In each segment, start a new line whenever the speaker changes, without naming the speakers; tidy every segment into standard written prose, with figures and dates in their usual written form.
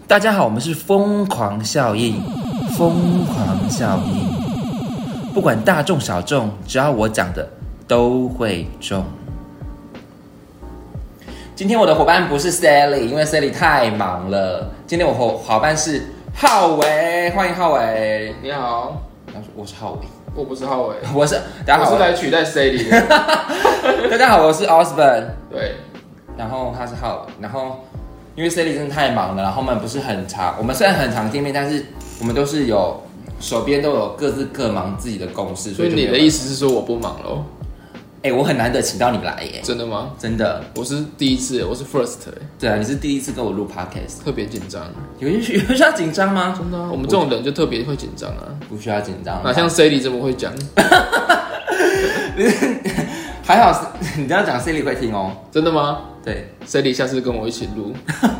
大家好，我们是疯狂效应，疯狂效应，不管大众小众，只要我讲的都会中。今天我的伙伴不是 Sally， 因为 Sally 太忙了。今天我伙伴是浩伟，欢迎浩伟。
你好，
我是浩伟，
我不是浩伟，
大家好，
我是来取代 Sally 的。
大家好，我是 Osborn，
对，
然后他是浩伟，然后因为 Sally 真的太忙了，然后我们不是很常，我们虽然很常见面，但是我们都是有手边都有各自各忙自己的公事，
所以你的意思是说我不忙咯？
我很难得请到你来耶，
真的吗？
真的，
我是第一次，我是 first。
对啊，你是第一次跟我录 podcast，
特别紧张。
有需要紧张吗？
真的啊，我们这种人就特别会紧张啊。
不需要紧张，
哪像 Sally 这么会讲？
还好，你这样讲 Sally 会听哦。
真的吗？
对
，Sally 下次跟我一起录。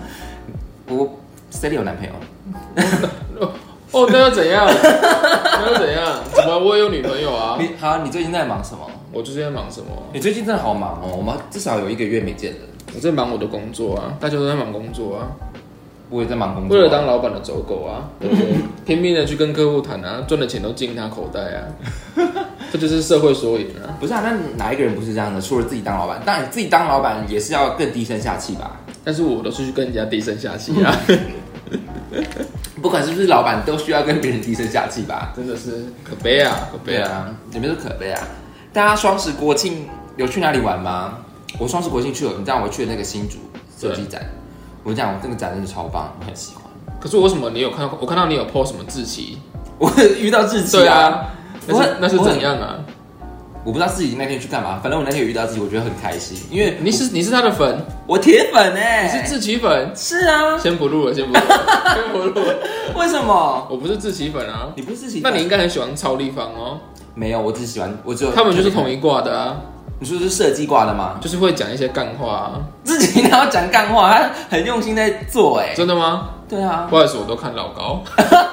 Sally 有男朋友。
哦，那又怎样？那又怎样？怎么我也有女朋友啊？
你最近在忙什么？
我最近在忙什么？
你最近真的好忙哦，我们至少有1个月没见了。
我在忙我的工作啊，大家都在忙工作啊。
我也在忙工作，
为了当老板的走狗啊，对不对？拼命的去跟客户谈啊，赚的钱都进他口袋啊，这就是社会缩影啊。
不是啊，那哪一个人不是这样的？除了自己当老板，当然自己当老板也是要更低声下气吧。
但是我都是去跟人家低声下气啊。
不管是不是老板，都需要跟别人低声下气吧。
真的是可悲啊，可悲啊！
你们说可悲啊？大家双十国庆有去哪里玩吗？我双十国庆去了，你知道我去了那个新竹设计展。我讲，我这个展真的超棒，我很喜欢。
可是为什么你有看到？我看到你有 po 什么志奇？
我遇到志奇
对啊，那是怎样啊？
我不知道自己那天去干嘛，反正我那天有遇到自己，我觉得很开心，因为
你是他的粉，
我铁粉哎，
你是志奇粉？
是啊，
先不录了，先不录了。
为什么？
我不是志奇粉啊，
你不是志奇粉，
那你应该很喜欢超立方哦。
没有，我只喜欢，我只有
他们就是同一挂的啊。
你说是设计挂的吗？
就是会讲一些干话啊。
自己哪有讲干话？他很用心在做哎。
真的吗？
对啊。
不好意思，我都看老高。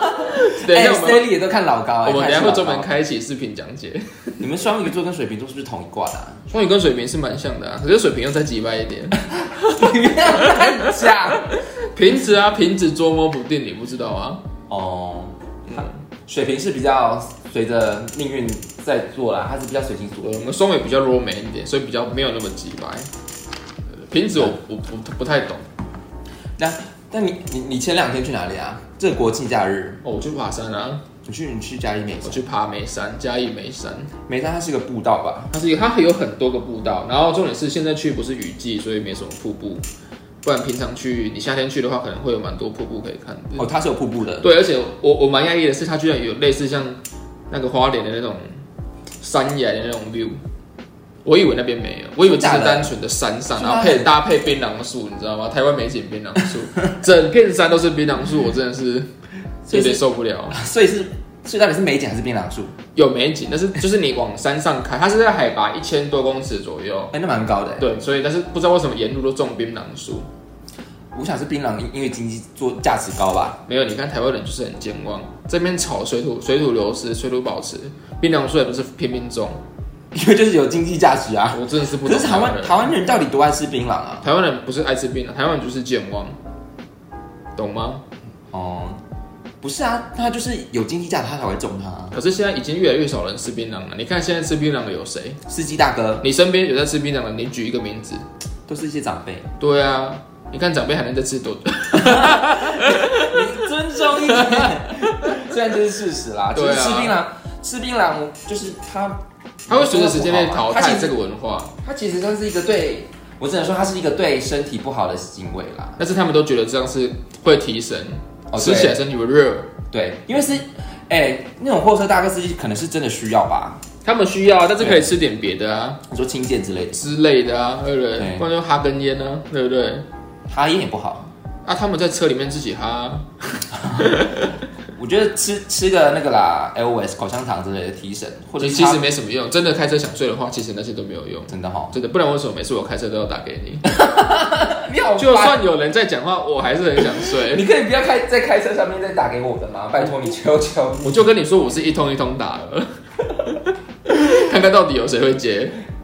Sally 也都看老高哎。
我们等一下会专门开启视频讲解。
你们双鱼座跟水瓶座是不是同一挂的啊？
双鱼跟水瓶是蛮像的啊，可是水瓶又再击败一点。
你不要乱讲。
瓶子啊，瓶子捉摸不定，你不知道啊？
哦，水瓶是比较随着命运在做啦，它是比较随心所欲。
我们双鱼比较 roman 一点，所以比较没有那么击败。瓶子我不太懂。
但你前2天去哪里啊？这个国庆假日。
哦，我去爬山啊。
你去嘉义梅山？
我去爬梅山，嘉义梅山。
梅山它是一个步道吧？
它有很多个步道，然后重点是现在去不是雨季，所以没什么瀑布。不然平常去，你夏天去的话，可能会有蛮多瀑布可以看的。
哦，它是有瀑布的。
对，而且我蛮讶异的是，它居然有类似像那个花莲的那种山崖的那种 view。我以为那边没有，我以为只是单纯的山上，然后搭配槟榔树，你知道吗？台湾美景槟榔树，整片山都是槟榔树，我真的是有点受不了。
所以到底是美景还是槟榔树？
有美景，但是就是你往山上开，它是在海拔1000多公尺左右，
那蛮高的。
对，所以但是不知道为什么沿路都种槟榔树。
我想是槟榔因为经济价值高吧？
没有，你看台湾人就是很健忘，这边炒水土流失，水土保持，槟榔树也不是拼命种。
因为就是有经济价值啊！
我真的是不懂。
可是台湾人到底多爱吃槟榔啊？
台湾人不是爱吃槟榔，台湾人就是健忘，懂吗？
哦，不是啊，他就是有经济价值，他才会种它。
可是现在已经越来越少人吃槟榔了。你看现在吃槟榔的有谁？
司机大哥。你
身边有在吃槟榔的，你举一个名字。
都是一些长辈。
对啊，你看长辈还能再吃多久？
你尊重一点，虽然这是事实啦。对啊，吃槟榔就是它
会随着时间被淘汰这个文化。
它其实算是一个我只能说它是一个对身体不好的行为啦。
但是他们都觉得这样是会提神，吃起来身体会热。
对，因为那种货车大哥司机可能是真的需要吧。
他们需要，但是可以吃点别的啊，
你说清健之类的
啊，对不对？不然就哈根烟啊，对不对？
哈烟也不好
啊，他们在车里面自己哈。
我觉得吃个那个啦 ，LOS 口香糖之类的提神，或者
其实没什么用。真的开车想睡的话，其实那些都没有用。
真的哈，
真的，不然为什么每次我开车都要打给你？
你好，
就算有人在讲话，我还是很想睡。
你可以不要在开车上面再打给我的吗？拜托你，求求你。
我就跟你说，我是一通一通打了，看看到底有谁会接。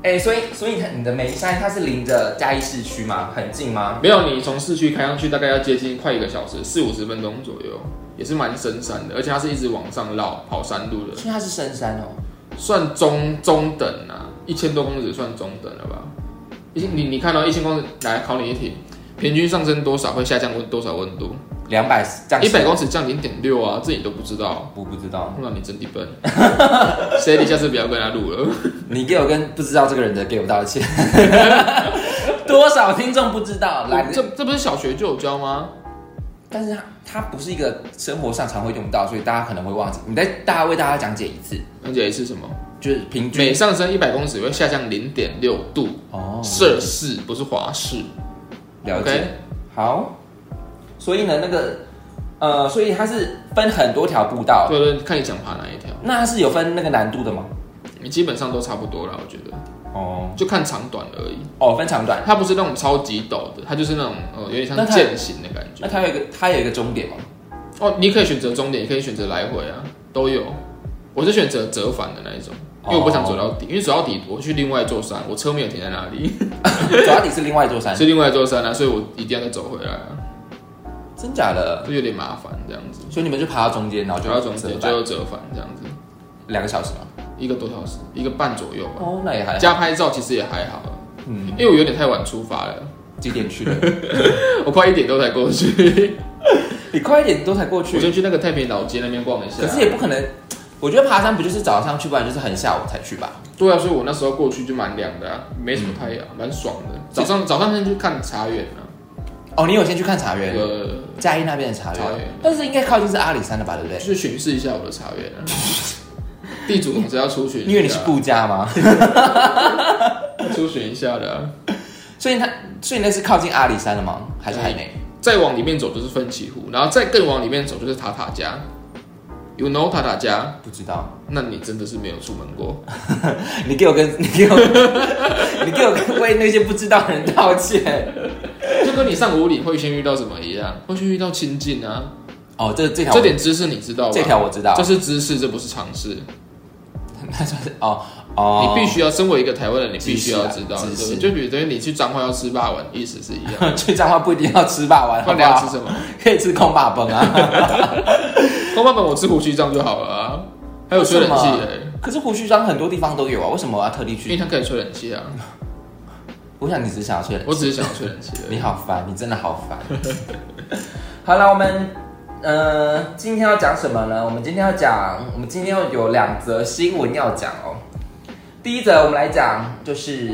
所以你的眉山它是临着嘉义市区吗？很近吗？
没有，你从市区开上去大概要接近快1个小时，40-50分钟左右，也是蛮深山的，而且它是一直往上绕跑山路的。
所以它是深山哦，
算中等啊，1000多公尺算中等了吧？你看到1000公尺，来考你一题，平均上升多少会下降多少温度
？200降
100公尺降0.6啊，这你都不知道？
我不知道，
那你真的笨。谁下次不要跟他录了？
你给我跟不知道这个人的给我道歉。多少听众不知道？来，
这不是小学就有教吗？
但是它不是一个生活上常会用到，所以大家可能会忘记。你再为大家讲解一次。
讲解一次什么？
就是平均
每上升100公尺会下降0.6度摄氏，不是华氏。
了解。Okay? 好，所以呢，所以它是分很多条步道。
对，看你想爬哪一条。
那它是有分那个难度的吗？
你基本上都差不多啦，我觉得。就看长短而已。
分长短。
它不是那种超级陡的，它就是那种有点像健行的感觉。
那它有一个终点吗？
你可以选择终点，也可以选择来回啊，都有。我是选择折返的那一种，因为我不想走到底，因为走到底我去另外一座山，我车没有停在那里。
走到底是另外一座山，
是另外一座山啊，所以我一定要再走回来啊。
真假的？
就有点麻烦这样子。
所以你们就爬到中间，然后就
爬到中间就有折返这样子。
2个小时吗
？1个多小时，1个半左右吧。
那也还好。
加拍照其实也还好。因为我有点太晚出发了。
几点去的？
我快1点多才过去。
你快1点多才过去？
我先去那个太平老街那边逛一下。
可是也不可能，我觉得爬山不就是早上去，不然就是很下午才去吧？
对啊，所以我那时候过去就蛮凉的啊，没什么太阳，蛮爽的。早上先去看茶园啊。
你有先去看茶园？嘉义那边的茶园，但是应该靠近是阿里山的吧，对不对？
就是巡视一下我的茶园啊。地主总是要出巡，
因为你是顾家吗？
出巡一下的啊。
所以那是靠近阿里山的吗？还是还没？
再往里面走就是奋起湖，然后再更往里面走就是塔塔加。You know 塔塔加？
不知道。
那你真的是没有出门过。
你给我为那些不知道的人道歉。
就跟你上武岭会先遇到什么一样，会先遇到亲近啊。
这
点知识你知道吗？
这条我知道，
这是知识，这不是常识。
那算是
你必须要身为一个台湾人，你必须要知道，对，就比如你去彰化要吃霸王，意思是一样。
去彰化不一定要吃霸王，
那你要吃什么？
可以吃空霸本啊。
空霸本我吃胡须章就好了啊，还有吹冷气
可是胡须章很多地方都有啊，为什么我要特地去？
因为它可以吹冷气啊。
我想你只是想要吹冷气，
我只是想要吹冷气而已。
你好烦，你真的好烦。好了，我们今天要讲什么呢？我们今天有2则新闻要讲哦。第一则我们来讲，就是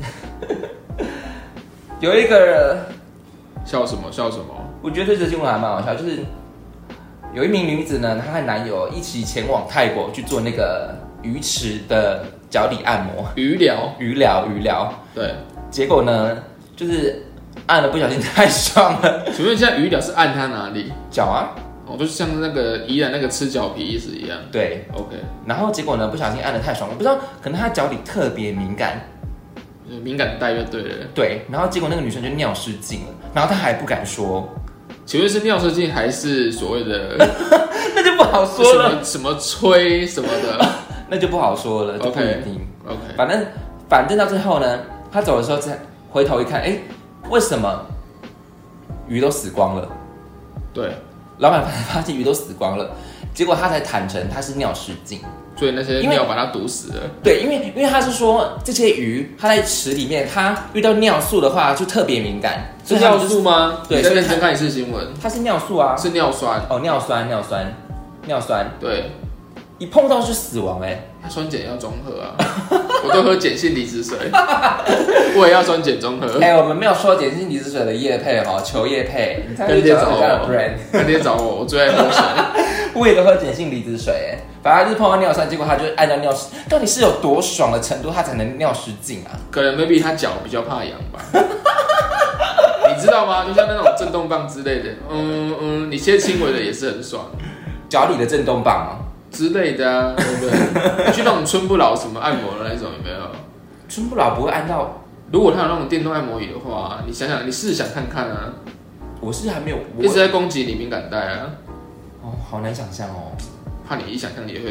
有一个
笑什么？
我觉得这则新闻还蛮好笑，就是有一名女子呢，她和男友一起前往泰国去做那个鱼池的脚底按摩，鱼疗。
对，
结果呢，就是按了不小心太爽了。
请问一下，鱼疗是按它哪里？
脚啊。
就是像那个宜兰那个吃脚皮意思一样。
对
，OK。
然后结果呢，不小心按得太爽了，不知道可能她脚底特别敏感，
敏感带就对了。
对，然后结果那个女生就尿失禁了，然后她还不敢说。
请问是尿失禁还是所谓的？
那就不好说了。
什么吹什么的，
那就不好说了，就不一定。
OK。
反正到最后呢，她走的时候再回头一看，为什么鱼都死光了？
对。
老板发现鱼都死光了，结果他才坦诚他是尿失禁，
所以那些尿把他毒死了。
对，因为他是说这些鱼，它在池里面，它遇到尿素的话就特别敏感。
是尿素吗？
对，
你再认真看一次新闻。
它是尿素啊，
是尿酸。
尿酸。对，一碰到就死亡
酸碱要中和啊，我都喝碱性离子水，我也要酸碱中和。
我们没有说碱性离子水的业配求业配，
干爹找我，我最爱喝水，
我也都喝碱性离子水反正就是碰到尿酸，结果他就按照尿失，到底是有多爽的程度，他才能尿失禁啊？
可能 maybe 他脚比较怕痒吧。你知道吗？就像那种震动棒之类的，你切轻微的也是很爽。
脚底的震动棒
之类的啊，对不对？你去那种春不老什么按摩的那种有没有？
春不老不会按到，
如果他有那种电动按摩椅的话，你想想，你试想看看啊。
我是还没有，
一直在攻击你敏感带啊。
好难想象哦。
怕你一想象也会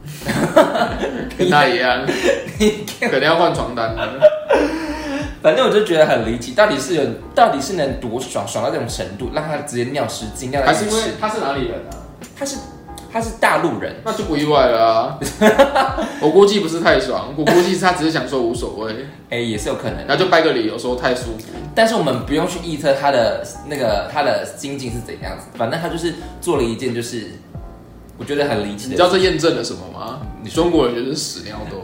跟他一样，可能要换床单了。
反正我就觉得很离奇，到底是能多爽到这种程度，让他直接尿失禁，尿在
还是因为他是哪里人啊？
他是大陆人，
那就不意外了啊。我估计不是太爽，我估计他只是想说无所谓，
也是有可能，
然后就掰个理由说太舒服。
但是我们不用去臆测他的心境是怎样子，反正他就是做了一件就是我觉得很离奇的。
你知道这验证了什么吗？中国人就是屎尿多。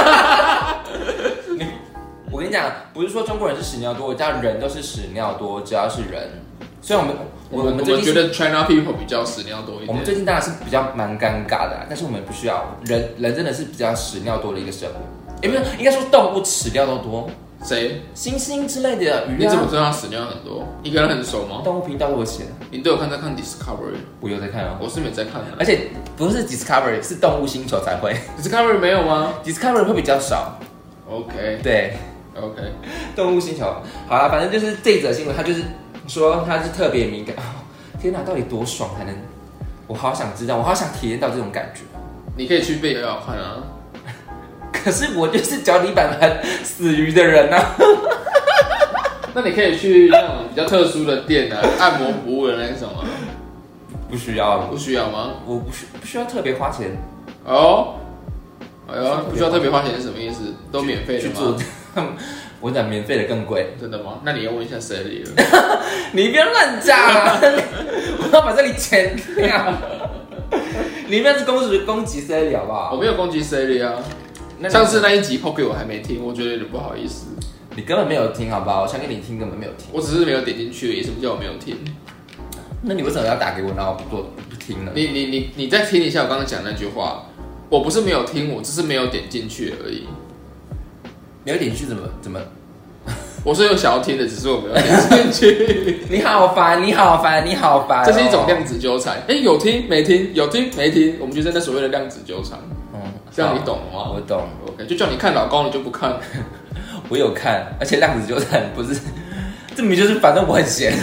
我跟你讲，不是说中国人是屎尿多，我叫人都是屎尿多，只要是人。虽然我们
觉得 China people 比较屎尿多一点。
我们最近当然是比较蛮尴尬的啦，但是我们不需要人真的是比较屎尿多的一个生物。没有，应该说动物屎尿都多。
谁？
猩猩之类的鱼啊？
你怎么知道它屎尿很多？你跟他很熟吗？
动物频道都有写。
你都有在看 Discovery？
我有在看啊，
我是没在看的。
而且不是 Discovery， 是动物星球才会。
Discovery 没有吗
？Discovery 会比较少。
OK。
对。
OK。
动物星球，好了，反正就是这则新闻，它就是说它是特别敏感。天哪，到底多爽才能？我好想知道，我好想体验到这种感觉。
你可以去贝尔好看啊。
可是我就是脚底板死鱼的人啊。
那你可以去那种比较特殊的店啊，按摩服务的那种啊。
不需要，
不需要吗？
我不需要特别花钱。
哦，哎呦，不需要特别花钱是什么意思？都免费的吗？
我讲免费的更贵。
真的吗？那你要问一下 Sally 了。
你不要乱讲啊！我要把这里剪掉。你不要是攻击 Sally 好不好？
我没有攻击 Sally 啊。上次那一集 Poke 我还没听，我觉得有点不好意思。
你根本没有听好不好？我想给你听，根本没有听。
我只是没有点进去而已，什么叫我没有听？
那你为什么要打给我，然后不听呢？
你再听一下我刚刚讲那句话。我不是没有听，我只是没有点进去而已。
没有点进去怎么？
我是有想要听的，只是我没有点进去。
你好烦，你好烦，你好烦、哦！
这是一种量子纠缠。有听没听，有听没听，我们就在那所谓的量子纠缠。这样你懂了吗？
我懂。
OK， 就叫你看老高，你就不看。
我有看，而且量子纠缠不是，这明明就是反正我很闲。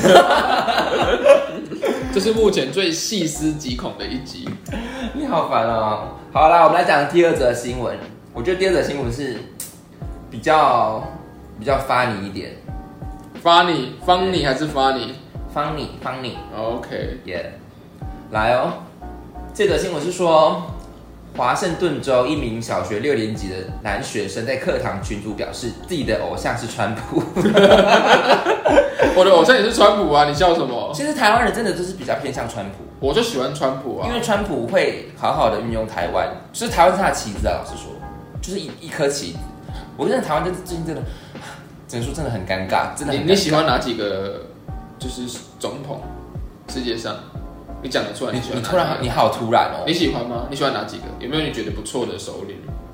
这是目前最细思极恐的一集。
你好烦哦！好啦，我们来讲第二则新闻。我觉得第二则新闻是比较funny 一点。
funny 还是 funny？funny。OK。
来哦，这则新闻是说，华盛顿州一名小学6年级的男学生在课堂群组表示，自己的偶像是川普。
我的偶像也是川普啊！你笑什么？
其实台湾人真的就是比较偏向川普。
我就喜欢川普啊，
因为川普会好好的运用台湾，就是台湾是他的棋子啊。老实说，就是一颗棋子。我觉得台湾最近真的整数真的很尴尬，真的很尴尬。
你喜欢哪几个就是总统？世界上你讲得出来？
你突然你好突然哦！
你喜欢吗？你喜欢哪几个？有没有你觉得不错的首领？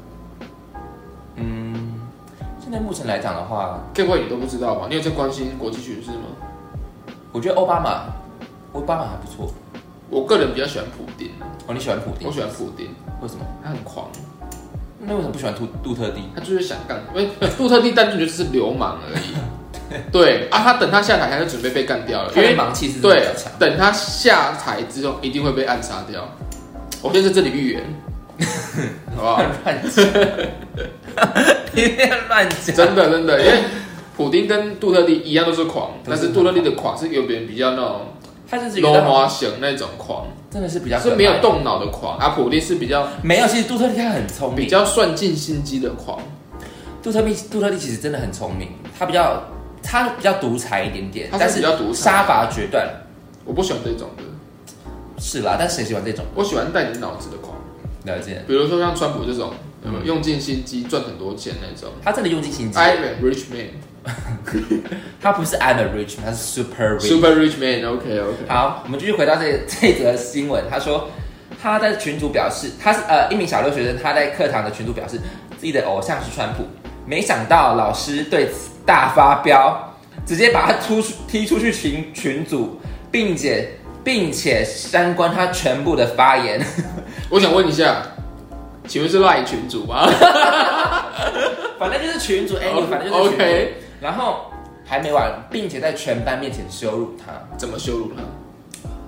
现在目前来讲的话，
该不会你都不知道吧？你有在关心国际局势吗？
我觉得奥巴马还不错。
我个人比较喜欢普丁。
哦，你喜欢普丁？
我喜欢普丁。
为什么？
他很狂。
那为什么不喜欢杜特地？
他就是想干，因为杜特地单纯就是流氓而已。对啊，他等他下台，他就准备被干掉了，因为
盲气是比较强。
等他下台之后，一定会被暗杀掉。我先在这里预言，好不好？
乱讲，你别乱讲。
真的，因为普丁跟杜特地一样都是狂，但是杜特地的狂是有别人比较那种，
他就是
罗马型那种狂，
真的是比较
是没有动脑的狂，啊，普丁是比较
没有。其实杜特地他很聪明，
比较算尽心机的狂。
杜特地其实真的很聪明，他比较独裁一点点，
他是比较独裁，
杀伐决断。
我不喜欢这种的。
是啦，但谁喜欢这种？
我喜欢带你脑子的狂。
了解。
比如说像川普这种，用尽心机赚很多钱那种。
他真的用尽心机。
I'm a rich man。
他不是 I'm a rich man， 他是 super rich。
super rich man。OK。
好，我们继续回到这则新闻。他说他在群组表示，他是一名小六学生，他在课堂的群组表示自己的偶像是川普。没想到老师对此大发飙，直接把他踢出去群组，并且删关他全部的发言。
我想问一下，请问是赖群组吗？
反正就是群组，反正就是群组。Okay. 然后还没完，并且在全班面前羞辱他。
怎么羞辱他？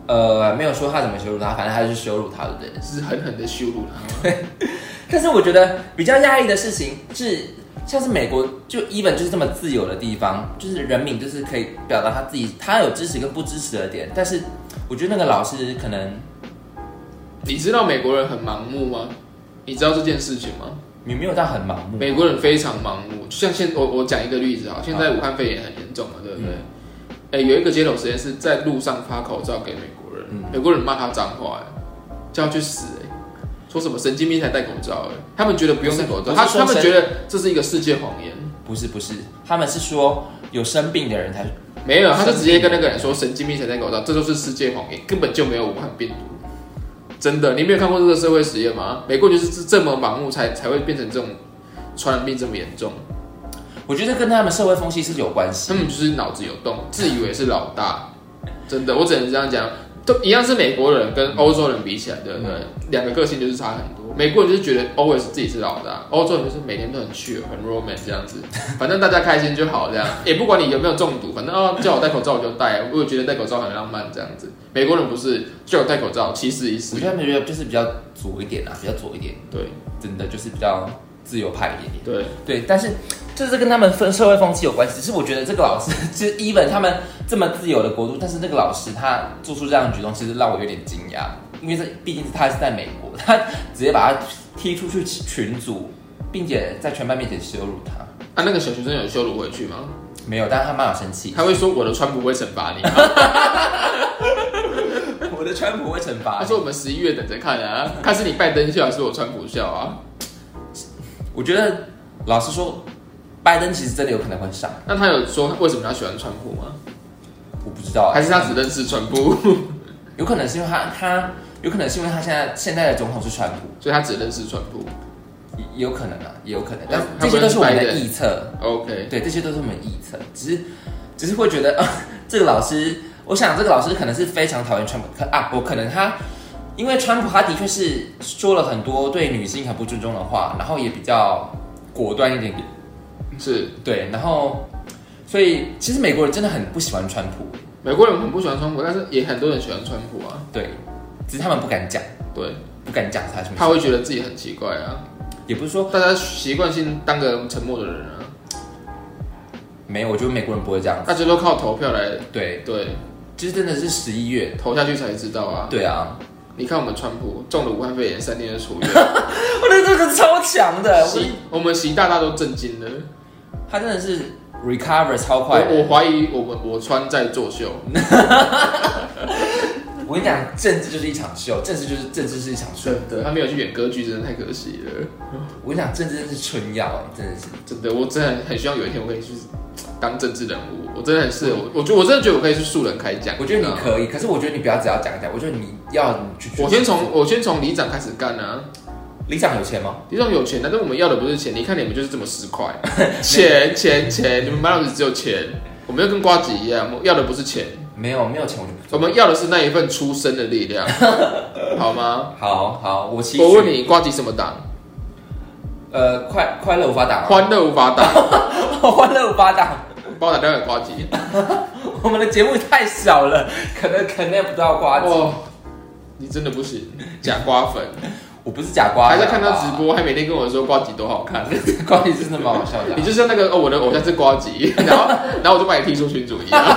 没有说他怎么羞辱他，反正他就是羞辱他的人，
是狠狠的羞辱他。
对，但是我觉得比较压抑的事情是，像是美国就 even 就是这么自由的地方，就是人民就是可以表达他自己，他有支持跟不支持的点，但是我觉得那个老师可能，
你知道美国人很盲目吗？你知道这件事情吗？
你没有到很盲目，
美国人非常盲目，就像我讲一个例子啊，现在武汉肺炎很严重嘛，对不对？有一个街头实验室在路上发口罩给美国人，美国人骂他脏话，叫他去死，说什么神经病才戴口罩，他们觉得不用戴口罩，他们觉得这是一个世界谎言。
不是，他们是说有生病的人才
没有，他就直接跟那个人说神经病才戴口罩，这就是世界谎言，根本就没有武汉病毒。真的，你没有看过这个社会实验吗？美国就是这么盲目才会变成这种传染病这么严重。
我觉得跟他们社会风气是有关系，
他们就是脑子有洞，自以为是老大。真的，我只能这样讲，都一样是美国人跟欧洲人比起来，对不对？两个个性就是差很多。美国人就是觉得 always 自己是老大，欧洲人就是每天都很 chill 很 romance 这样子，反正大家开心就好，这样也不管你有没有中毒，反正叫我戴口罩我就戴，我也觉得戴口罩很浪漫这样子。美国人不是叫我戴口罩，其实意思。
我觉得他们觉得就是比较左一点啊，比较左一点。
对，
真的就是比较自由派一点点。
对，
但是就是跟他们社会风气有关系。只是我觉得这个老师，其实 even 他们这么自由的国度，但是那个老师他做出这样的举动，其实让我有点惊讶，因为毕竟他是在美国，他直接把他踢出去群组，并且在全班面前羞辱他。
那个小学生有羞辱回去吗？
没有，但是他妈有生气。
他会说我的川普会惩罚你吗？
我的川普会惩罚你。
他说我们11月等着看啊，看是你拜登笑还是我川普笑啊？
我觉得老实说，拜登其实真的有可能会上。
那他有说为什么他喜欢川普吗？
我不知道，
还是他只认识川普？
有可能是因为他有可能是因为他现在的总统是川普，
所以他只认识川普。
也有可能啊，也有可能，但这些都是我们的臆测。
OK，
对，这些都是我们的臆测，只是会觉得这个老师，我想这个老师可能是非常讨厌川普我可能他因为川普他的确是说了很多对女性很不尊重的话，然后也比较果断一点点，
是
对，然后所以其实美国人真的很不喜欢川普，
美国人很不喜欢川普，但是也很多人喜欢川普啊。
对，只是他们不敢讲，
对，
不敢讲他什么，
他会觉得自己很奇怪啊。
也不是说
大家习惯性当个沉默的人啊。
没有，我觉得美国人不会这样子，
大家都靠投票来。
对，
对，
就是真的是11月
投下去才知道啊。
对啊，
你看我们川普中了武汉肺炎3天就出院，
我觉得这个超强的，
我们习大大都震惊了，
他真的是 recover 超快的。
我怀疑我川在作秀。
我跟你讲，政治就是一场秀，政治是一场秀。
对，他没有去演歌剧，真的太可惜了。
我跟你讲，政治真的是春药，真的是
真的，我真的很希望有一天我可以去当政治人物，我真的很适合。我真的觉得我可以去素人开讲。
我觉得你可以，可是我觉得你不要只要讲一讲，我觉得你要去。
我先从里长开始干啊。
里长有钱吗？
里长有钱，但是我们要的不是钱。你看你们就是这么实块，钱，你们满脑子只有钱。我们要跟呱吉一样，我们要的不是钱。没有
钱我就不做。
我们要的是那一份出生的力量，好吗？
好，
我问你，呱吉什么党？
快乐无法党。
欢乐无法党。
欢乐无法党。
帮我打电话给呱吉。
我们的节目太小了，可能不到呱吉。
哦，你真的不行，假瓜粉。我
不是假瓜，
还在看他直播，还每天跟我说呱吉多好看，
呱吉真的蛮好笑的。
你就像那个我的偶像是呱吉，然后我就把你踢出群组一样，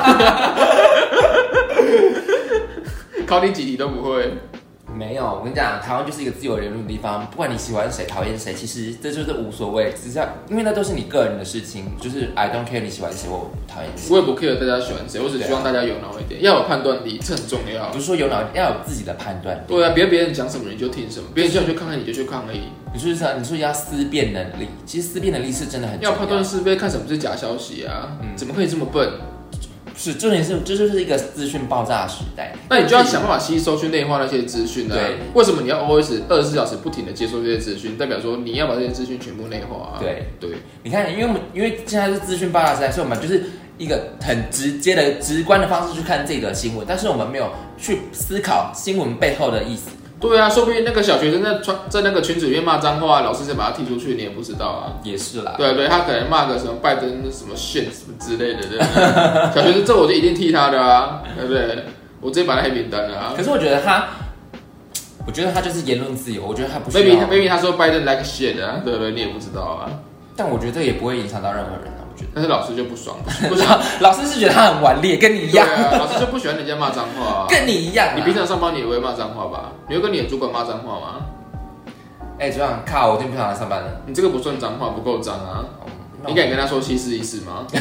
考你几题都不会。
没有，我跟你讲，台湾就是一个自由言论的地方，不管你喜欢谁、讨厌谁，其实这就是无所谓，只是因为那都是你个人的事情，就是 I don't care 你喜欢谁或讨厌谁。
我也不 care 大家喜欢谁，我只希望大家有脑一点，要有判断力，这很重要。
不是说有脑，要有自己的判断力。
对啊，别人讲什么你就听什么，别人叫你去看看你就去看而已。
你说要思辨能力，其实思辨能力是真的很重要。
要判断是非，看什么是假消息啊？怎么可以这么笨？
是，重点是这就是一个资讯爆炸的时代，
那你就要想办法吸收去内化那些资讯啊。
对，
为什么你要 always 24小时不停的接收这些资讯？代表说你要把这些资讯全部内化啊。
对，你看，因为现在是资讯爆炸时代，所以我们就是一个很直接的、直观的方式去看这个新闻，但是我们没有去思考新闻背后的意思。对
啊，说不定那个小学生在那个群组里面骂脏话，老师才把他踢出去，你也不知道啊。
也是啦。
对，他可能骂个什么拜登什么炫什么之类的，对不对？小学生这我就一定踢他的啊，对不对？ 我直接把他黑名单了啊。
可是我觉得他就是言论自由，我觉得他不需要。
maybe 他说 Biden like shit 啊，对不对？你也不知道啊。
但我觉得这也不会影响到任何人啊，我觉得。
但是老师就不爽，
老师是觉得他很顽劣，跟你一样。
对啊，老师就不喜欢人家骂脏话啊。
跟你一样啊。
你平常上班你也会骂脏话吧？你会跟你的主管骂脏话吗？
主管，靠，我今天不想来上班了。
你这个不算脏话，不够脏啊。你敢跟他说7试1试吗？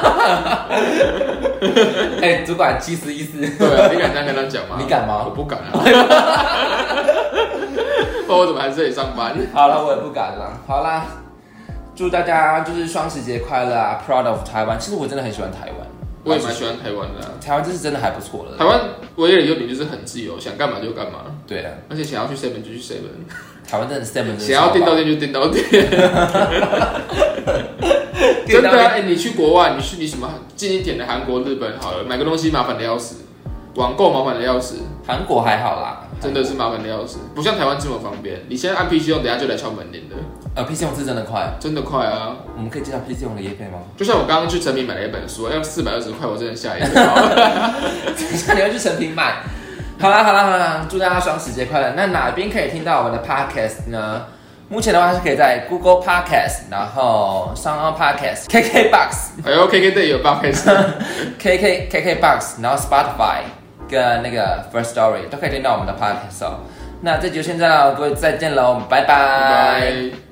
主管7试1试。
对啊，你敢这样跟他讲吗？
你敢吗？
我不敢啊。不然我怎么还在这里上班？
好了，我也不敢了。好啦，祝大家就是双十节快乐啊 ！Proud of 台湾。其实我真的很喜欢台湾，
我也蛮喜欢台湾的啊。
台湾这是真的还不错了。
台湾唯一的优点就是很自由，想干嘛就干嘛。
对啊，
而且想要去 7 就去7。
台湾真的 7
想要订到店就订到店。真的啊，你去国外，你什么近一点的韩国、日本好了，买个东西麻烦的要死，网购麻烦的要死。
韩国还好啦，
真的是麻烦的要死，不像台湾这么方便。你现在按 PC 用，等一下就来敲门铃的。
PC 用是真的快，
真的快啊！
我们可以介绍 PC 用的业配吗？
就像我刚刚去成品买了一本书，要420块，我真的吓一跳。
等一下你要去成品买？好啦，祝大家双十节快乐。那哪边可以听到我们的 podcast 呢？目前的话是可以在 Google Podcast， 然后SoundOn Podcast、KKBox，
还有 KK 队有
Podcast、KKBox， 然后 Spotify 跟那个 First Story 都可以听到我们的 podcast 哦。那这集就先这样了，各位再见喽，拜拜。